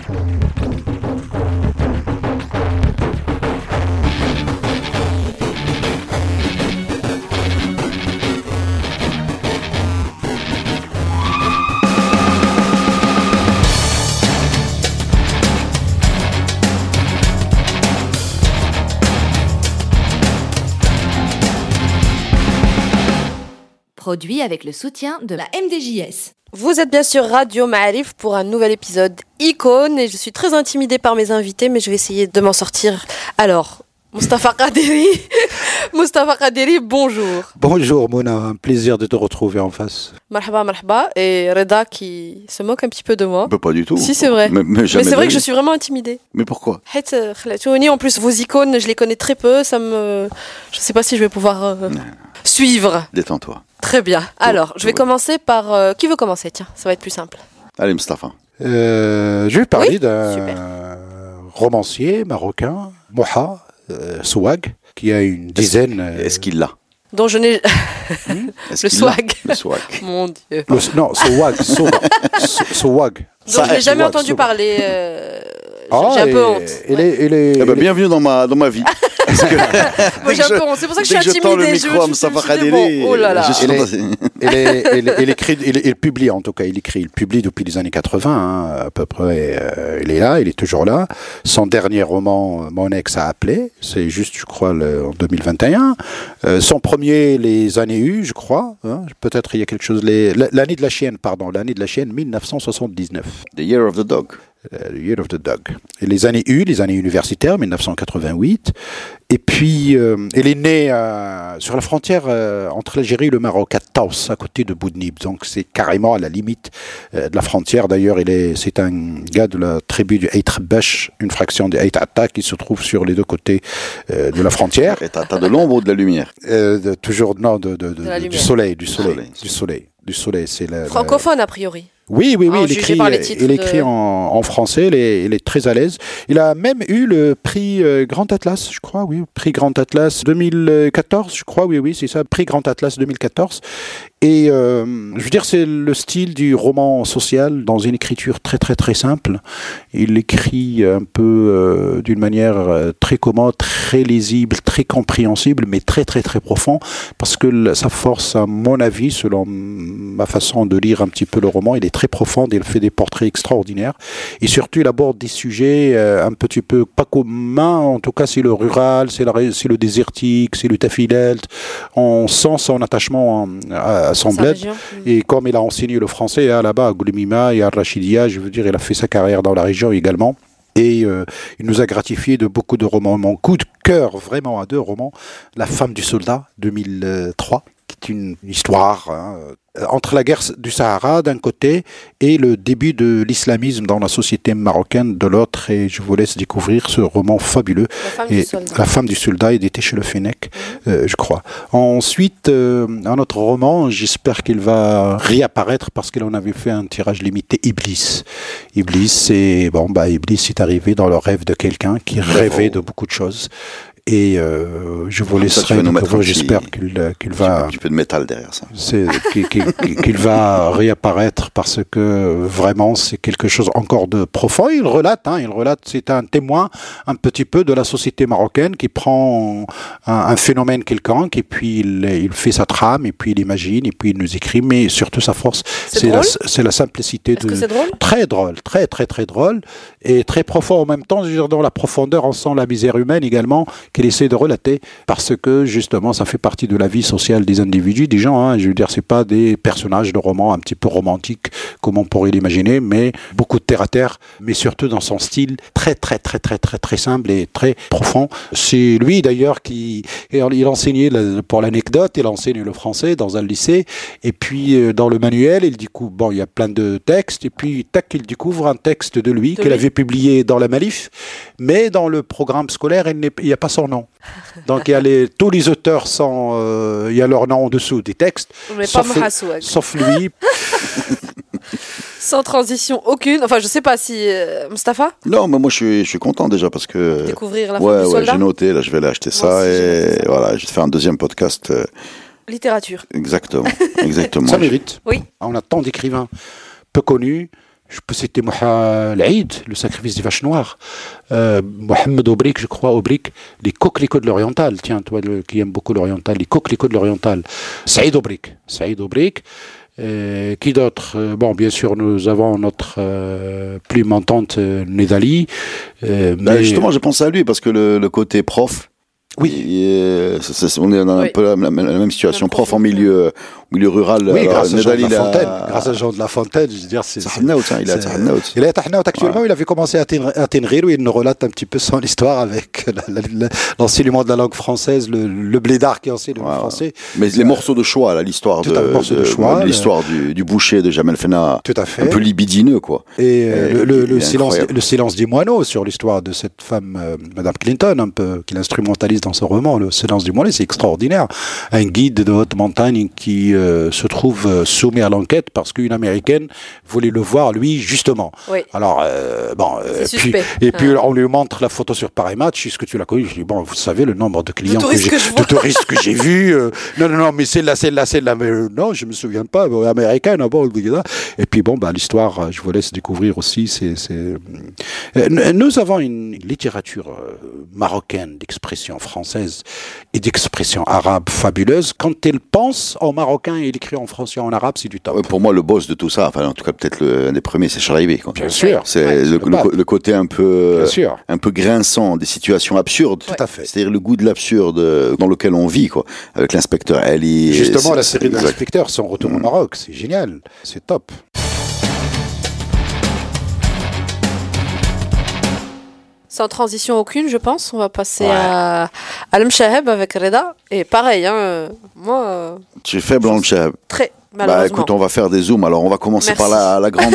Produit avec le soutien de la MDJS. Vous êtes bien sur Radio Ma'arif pour un nouvel épisode Icône et je suis très intimidée par mes invités mais je vais essayer de m'en sortir. Alors, Moustapha Kaderi, bonjour. Bonjour Mona, un plaisir de te retrouver en face. Marhaba. Et Reda qui se moque un petit peu de moi. Bah, pas du tout. Si, c'est vrai. Mais c'est vrai que je suis vraiment intimidée. Mais pourquoi? En plus, vos icônes, je les connais très peu. Je sais pas si je vais pouvoir suivre. Détends-toi. Très bien. Alors, je vais commencer par... qui veut commencer? Tiens, ça va être plus simple. Allez, Moustapha. Je vais parler d'un romancier marocain, Moha Souag, qui a une dizaine... Est-ce qu'il l'a? Dont je n'ai... Le swag. Le swag. Mon Dieu. Non, Souag. Donc, je n'ai jamais entendu parler... j'ai un peu honte. Bienvenue dans ma vie. Moi, j'ai un peu honte. C'est pour ça que je suis intimidée. Je tends le micro à Moustapha Kaderi. Oh là là. Il publie, en tout cas, il publie depuis les années 80, à peu près. Il est là, il est toujours là. Son dernier roman, Mon ex a appelé, c'est juste, je crois, en 2021. Son premier, Les années U, je crois. Peut-être il y a quelque chose. L'année de la chienne, 1979. The Year of the Dog. The Year of the Dog. Et les années U, les années universitaires, 1988. Et puis, elle est née sur la frontière entre l'Algérie et le Maroc, à Taos, à côté de Boudnib. Donc, c'est carrément à la limite de la frontière. D'ailleurs, c'est un gars de la tribu du Ait Bash, une fraction du Ait Atta, qui se trouve sur les deux côtés de la frontière. T'as de l'ombre ou de la lumière? Toujours, non, du soleil. Du soleil, c'est francophone, a priori. Oui, il écrit en français, il est très à l'aise. Il a même eu le prix Grand Atlas, je crois, prix Grand Atlas 2014, je crois, oui, c'est ça, prix Grand Atlas 2014. Et je veux dire, c'est le style du roman social dans une écriture très très très simple. Il écrit un peu d'une manière très commode, très lisible, très compréhensible, mais très très très profond, parce que sa force, à mon avis, selon ma façon de lire un petit peu le roman, il est très profond, il fait des portraits extraordinaires, et surtout il aborde des sujets un petit peu pas communs, en tout cas c'est le rural, c'est le désertique, c'est le tafilelt. On sent son attachement à son bled, et comme il a enseigné le français là-bas à Goulemima et à Rachidia, je veux dire, il a fait sa carrière dans la région également. Et il nous a gratifié de beaucoup de romans. Mon coup de cœur, vraiment, à 2 romans. La femme du soldat, 2003, qui est une histoire entre la guerre du Sahara d'un côté et le début de l'islamisme dans la société marocaine de l'autre. Et je vous laisse découvrir ce roman fabuleux. La femme du soldat, il était chez le Fennec, je crois. Ensuite, un autre roman, j'espère qu'il va réapparaître parce qu'il en avait fait un tirage limité, Iblis. Iblis est arrivé dans le rêve de quelqu'un qui rêvait de beaucoup de choses. Et je vous laisserai, j'espère qu'il va... Un petit peu de métal derrière ça. Qu'il va réapparaître parce que vraiment c'est quelque chose encore de profond. Il relate, c'est un témoin un petit peu de la société marocaine qui prend un phénomène quelconque et puis il fait sa trame et puis il imagine et puis il nous écrit, mais surtout sa force, c'est la simplicité. Est-ce que c'est drôle? Très drôle, très très très drôle et très profond en même temps. Dans la profondeur, on sent la misère humaine également qu'il essaie de relater, parce que justement ça fait partie de la vie sociale des individus, des gens, je veux dire, c'est pas des personnages de romans un petit peu romantiques comme on pourrait l'imaginer, mais beaucoup de terre à terre, mais surtout dans son style très très très très très très simple et très profond. C'est lui d'ailleurs il enseignait, pour l'anecdote, il enseigne le français dans un lycée, et puis dans le manuel il découvre, il y a plein de textes, et puis il découvre un texte de lui qu'il avait publié dans la Malif, mais dans le programme scolaire il n'y a pas son nom. Donc il y a tous les auteurs il y a leur nom en dessous des textes, sauf lui. Sans transition aucune. Enfin, je sais pas si Moustapha. Non, mais moi je suis content déjà parce que découvrir la femme du soldat. J'ai noté. Là, je vais aller acheter ça et voilà, je vais te faire un deuxième podcast. Littérature. Exactement. Ça mérite. Oui. On a tant d'écrivains peu connus. Je peux citer l'Aïd, le sacrifice des vaches noires. Mohamed Obrik, je crois, Obrik, les coquelicots de l'Oriental. Tiens, toi qui aimes beaucoup l'Oriental, les coquelicots de l'Oriental. Saïd Obrik. Qui d'autre? Bon, bien sûr, nous avons notre plume montante Nedali. Mais justement, je pense à lui parce que le côté prof. Oui. On est dans un peu la même situation. Prof en milieu rural. Oui, grâce à Jean de La Fontaine, je veux dire, c'est... Il est à Tahnaout. Il est à Tahnaout actuellement. Ouais. Il avait commencé à Tenrir, où il nous relate un petit peu son histoire avec l'enseignement de la langue française, le blédard qui enseigne le français. Mais les morceaux de choix, là, l'histoire du boucher de Jamel Fena, tout à fait. Un peu libidineux, quoi. Et le silence des moineaux sur l'histoire de cette femme, Madame Clinton, un peu, qui l'instrumentalise dans son roman, Le silence du moineau, c'est extraordinaire. Un guide de haute montagne qui se trouve soumis à l'enquête parce qu'une Américaine voulait le voir, lui, justement. Oui. Alors, puis on lui montre la photo sur Paris Match. Est-ce que tu l'as connu? Je dis, bon, vous savez le nombre de clients de touristes que j'ai vus. Non, mais c'est là. Non, je me souviens pas. Américaine, bon. Et puis, bon, l'histoire, je vous laisse découvrir aussi. Nous avons une littérature marocaine d'expression française et d'expression arabe fabuleuse. Quand elle pense en marocain et elle écrit en français et en arabe, c'est du top. Pour moi, le boss de tout ça, enfin, en tout cas, peut-être l'un des premiers, c'est Charaïbé. Bien sûr. C'est le côté un peu grinçant des situations absurdes. Tout à fait. C'est-à-dire le goût de l'absurde dans lequel on vit, quoi. Avec l'inspecteur Ali. Justement, la série de l'inspecteur, son retour au Maroc, c'est génial. C'est top. Sans transition aucune, je pense. On va passer à Al-Mchaheb avec Reda. Et pareil, moi... Tu es faible en Al-Mchaheb. Très, malheureusement. Écoute, on va faire des zooms. Alors, on va commencer par la grande,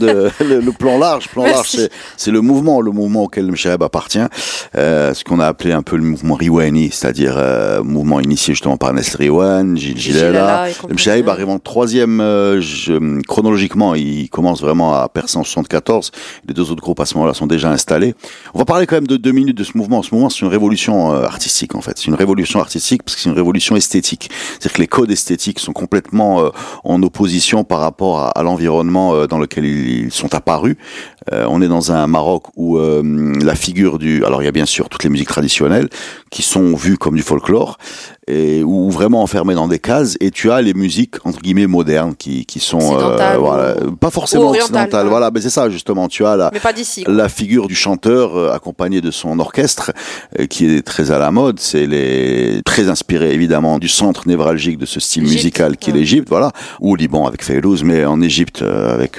le plan large. C'est le mouvement auquel Al-Mchaheb appartient. Ce qu'on a appelé un peu le mouvement Riwani, c'est-à-dire mouvement initié justement par Nesl Riwan, Gilles Gilala. Al-Mchaheb arrive en troisième, chronologiquement, il commence vraiment à percer en 74. Les deux autres groupes à ce moment-là sont déjà installés. On va parler quand même de 2 minutes de ce mouvement. Ce mouvement, c'est une révolution artistique, en fait. C'est une révolution artistique parce que c'est une révolution esthétique. C'est-à-dire que les codes esthétiques sont complètement en opposition par rapport à l'environnement dans lequel ils sont apparus. On est dans un Maroc où la figure alors il y a bien sûr toutes les musiques traditionnelles qui sont vues comme du folklore et ou vraiment enfermées dans des cases, et tu as les musiques entre guillemets modernes qui sont pas forcément occidentales. Voilà, mais c'est ça justement. Tu as la figure du chanteur accompagné de son orchestre qui est très à la mode. C'est très inspiré évidemment du centre névralgique de ce style musical qui est l'Égypte, voilà, ou au Liban avec Fayrouz, mais en Égypte avec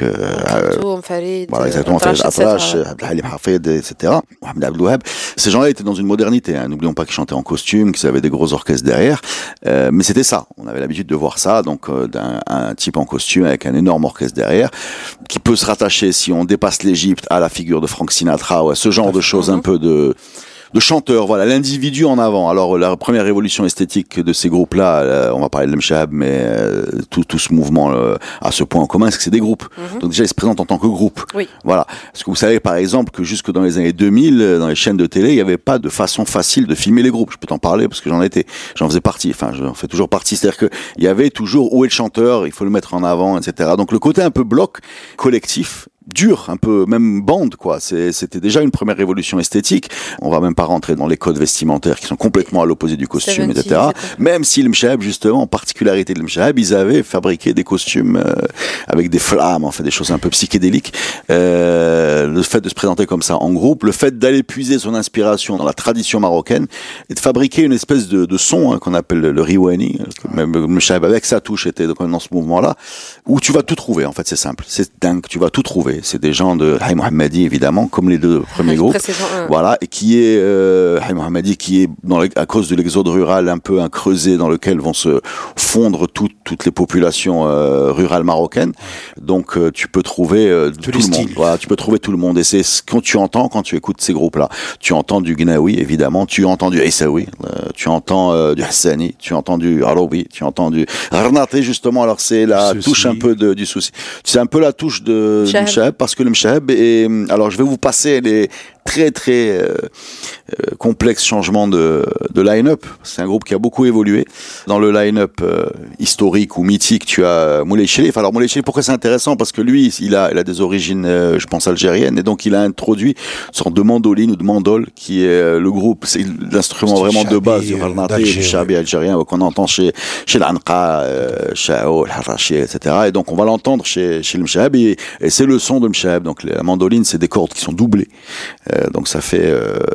voilà, exactement, Atrash, Abdelhalim Hafid, etc. Mohamed Abdelouhab. Ces gens-là étaient dans une modernité. N'oublions pas qu'ils chantaient en costume, qu'ils avaient des gros orchestres derrière. Mais c'était ça. On avait l'habitude de voir ça. Donc, un type en costume avec un énorme orchestre derrière, qui peut se rattacher, si on dépasse l'Égypte, à la figure de Frank Sinatra ou à ce genre de choses un peu de chanteurs, voilà, l'individu en avant. Alors, la première révolution esthétique de ces groupes-là, on va parler de l'Mchahab, mais tout ce mouvement à ce point en commun, c'est que c'est des groupes. Donc déjà, ils se présentent en tant que groupe. Oui. Voilà. Parce que vous savez, par exemple, que jusque dans les années 2000, dans les chaînes de télé, il n'y avait pas de façon facile de filmer les groupes. Je peux t'en parler parce que j'en faisais partie. Enfin, j'en fais toujours partie. C'est-à-dire que il y avait toujours où est le chanteur, il faut le mettre en avant, etc. Donc le côté un peu bloc collectif, dur, un peu même bande, quoi. C'était déjà une première révolution esthétique. On va même pas rentrer dans les codes vestimentaires qui sont complètement à l'opposé du costume, etc. Même si le Mchahab, justement, en particularité de le Mchahab, ils avaient fabriqué des costumes avec des flammes, en fait, des choses un peu psychédéliques. Le fait de se présenter comme ça en groupe, le fait d'aller puiser son inspiration dans la tradition marocaine et de fabriquer une espèce de son qu'on appelle le riwani, même le Mchahab avec sa touche était dans ce mouvement-là, où tu vas tout trouver, en fait, c'est simple. C'est dingue, tu vas tout trouver. C'est des gens de Haïm Mohammadi, évidemment, comme les deux premiers groupes. Voilà, et qui est Haïm Mohammadi, qui est à cause de l'exode rural un peu un creuset dans lequel vont se fondre toutes les populations rurales marocaines. Donc tu peux trouver tout le monde. Voilà, tu peux trouver tout le monde, et c'est ce que tu entends quand tu écoutes ces groupes-là. Tu entends du Gnawi, évidemment, tu entends du Aïssaoui, tu entends du Hassani, tu entends du Aroubi, tu entends du Rnati, justement. Alors c'est la touche un peu du souci. C'est un peu la touche de Mshahab parce que le Mshahab est... Alors, je vais vous passer les très très complexes changements de line-up. C'est un groupe qui a beaucoup évolué. Dans le line-up historique ou mythique, tu as Moulay Chelif. Alors, Moulay Chelif, pourquoi c'est intéressant? Parce que lui, il a des origines, je pense, algériennes. Et donc, il a introduit une sorte de mandoline ou de mandole qui est le groupe, c'est l'instrument vraiment de base du Gharnati, du Chabi algérien qu'on entend chez l'Anqa, Chao, le Harachi, etc. Et donc, on va l'entendre chez le Mshahab et c'est le son de Mshahab. Donc, la mandoline, c'est des cordes qui sont doublées. Donc, ça fait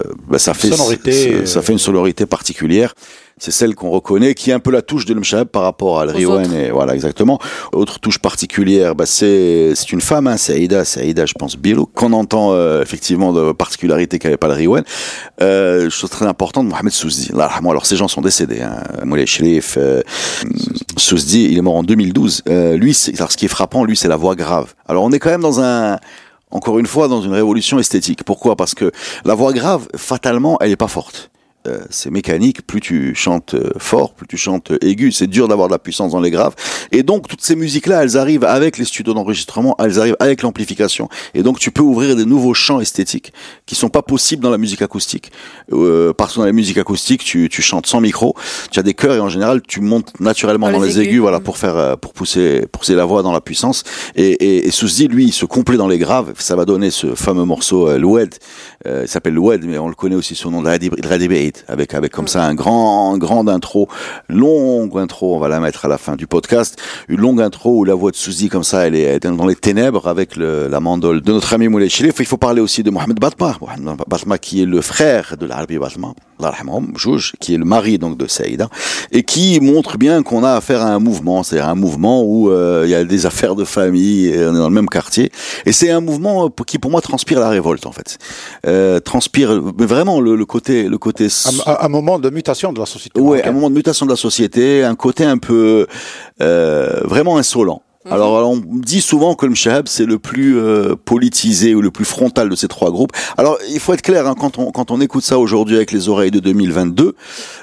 une sonorité particulière. C'est celle qu'on reconnaît, qui est un peu la touche de l'Mshahab par rapport à l'Riwan. Et voilà, exactement. Autre touche particulière, c'est une femme, hein, Saïda, je pense, Bilou, qu'on entend, effectivement, de particularité qu'avait pas l'Riwan. Chose très importante, Mohamed Souzdi. Alors, ces gens sont décédés, hein. Moulay Chelif, Souzdi, il est mort en 2012. Alors, ce qui est frappant, lui, c'est la voix grave. Alors, on est quand même encore une fois, dans une révolution esthétique. Pourquoi? Parce que la voix grave, fatalement, elle est pas forte. C'est mécanique, plus tu chantes fort, plus tu chantes aigu, c'est dur d'avoir de la puissance dans les graves. Et donc, toutes ces musiques-là, elles arrivent avec les studios d'enregistrement, elles arrivent avec l'amplification. Et donc, tu peux ouvrir des nouveaux champs esthétiques qui sont pas possibles dans la musique acoustique. Parce que dans la musique acoustique, tu chantes sans micro, tu as des chœurs et en général, tu montes naturellement dans les aigus, voilà, pour pousser la voix dans la puissance. Et Souzdi, lui, il se complaît dans les graves. Ça va donner ce fameux morceau, L'Oued. Il s'appelle L'Oued, mais on le connaît aussi sous le nom de Radibeit. Avec comme ça un grand intro, longue intro, on va la mettre à la fin du podcast, une longue intro où la voix de Souzdi comme ça, elle est dans les ténèbres avec la mandole de notre ami Moulay Chelif. Il faut parler aussi de Mohamed Batma qui est le frère de l'Arabi Batma, qui est le mari donc de Saïda et qui montre bien qu'on a affaire à un mouvement, c'est-à-dire un mouvement où il y a des affaires de famille, et on est dans le même quartier et c'est un mouvement qui pour moi transpire la révolte en fait, transpire vraiment le côté un moment de mutation de la société. Ouais, un moment de mutation de la société, un côté un peu vraiment insolent. Alors, on dit souvent que le Mshahab, c'est le plus politisé ou le plus frontal de ces trois groupes. Alors, il faut être clair, hein, quand on écoute ça aujourd'hui avec les oreilles de 2022,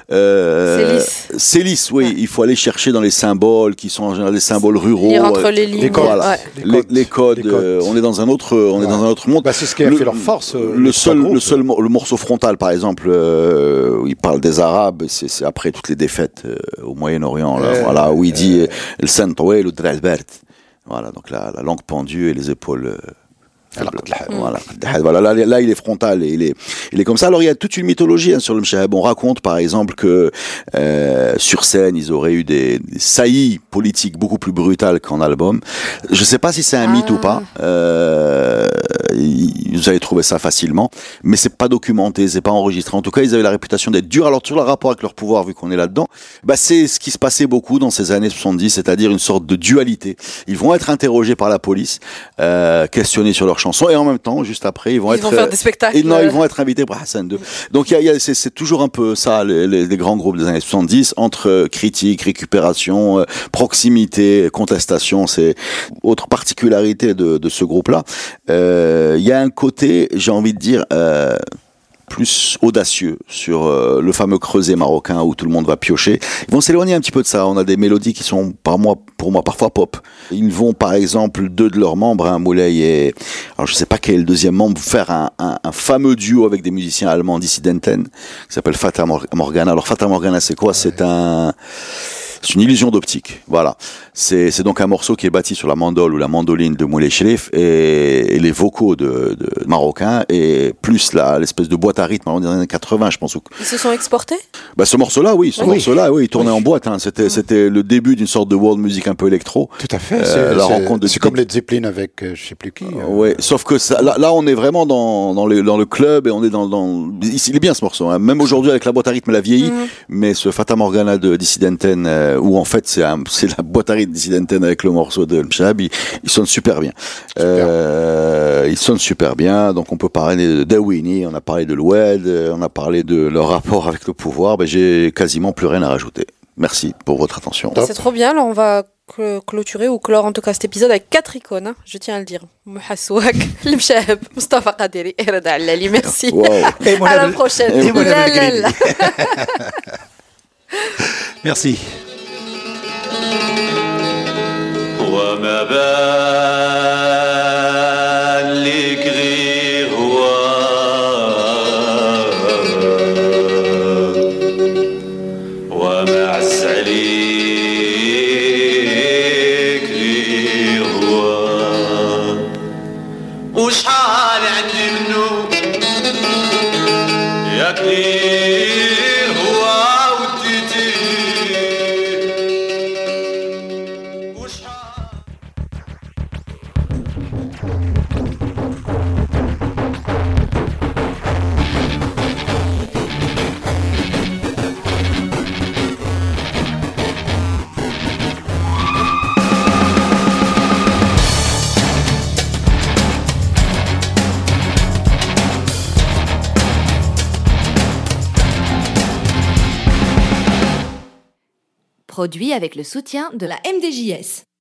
c'est lisse, oui. Ouais. Il faut aller chercher dans les symboles qui sont en général des symboles ruraux. Lire entre les lignes. Voilà. Les codes. On est dans un autre, dans un autre monde. Bah, c'est ce qui a fait leur force. Le morceau frontal, par exemple, où il parle des Arabes, c'est après toutes les défaites au Moyen-Orient, là, voilà, où il dit le Santoué, le Dralbert. Voilà, donc la langue pendue et les épaules. Voilà, là il est frontal et il est comme ça. Alors il y a toute une mythologie, hein, sur le Mshahab. On raconte par exemple que sur scène ils auraient eu des saillies politiques beaucoup plus brutales qu'en album. Je sais pas si c'est un mythe ou pas. Vous allez trouver ça facilement, mais c'est pas documenté, c'est pas enregistré. En tout cas, ils avaient la réputation d'être durs. Alors sur le rapport avec leur pouvoir, vu qu'on est là-dedans, c'est ce qui se passait beaucoup dans ces années 70, c'est-à-dire une sorte de dualité. Ils vont être interrogés par la police, questionnés sur leurs chansons, et en même temps, juste après, ils vont faire des spectacles. Ils vont être invités pour Hassan II. Donc c'est toujours un peu ça, les grands groupes des années 70, entre critique, récupération, proximité, contestation. C'est autre particularité de ce groupe-là. Il y a un côté, j'ai envie de dire, plus audacieux sur le fameux creuset marocain où tout le monde va piocher. Ils vont s'éloigner un petit peu de ça. On a des mélodies qui sont pour moi parfois pop. Ils vont par exemple, deux de leurs membres, hein, Moulay et alors je sais pas quel est le deuxième membre, faire un fameux duo avec des musiciens allemands Dissidenten qui s'appelle Fata Morgana. Alors Fata Morgana, c'est quoi? C'est une illusion d'optique. Voilà. C'est donc un morceau qui est bâti sur la mandole ou la mandoline de Moulay Chelif et les vocaux de marocains et plus l'espèce de boîte à rythme des années 80, je pense. Ils se sont exportés? Ce morceau-là, oui. Il tournait en boîte, hein. C'était le début d'une sorte de world music un peu électro. Tout à fait. C'est comme les Zeppelin avec je sais plus qui. Ouais. Sauf que là, on est vraiment dans le club et on est il est bien ce morceau, hein. Même aujourd'hui avec la boîte à rythme, elle a vieilli, mais ce Fata Morgana de Dissidenten, où en fait c'est la boîte à rythme Dissidenten avec le morceau de Mshahab, il sonne super bien. Il sonne super bien. Donc on peut parler de Dawini, on a parlé de l'Oued, on a parlé de leur rapport avec le pouvoir. J'ai quasiment plus rien à rajouter. Merci pour votre attention. C'est trop bien. Alors on va clôturer ou clore en tout cas cet épisode avec 4 icônes, hein, je tiens à le dire. Mouhassouak, Mshahab, Mustafa Qadiri et Reda Allali. Merci. Wow. À la prochaine. Merci. وما بال Produit avec le soutien de la MDJS.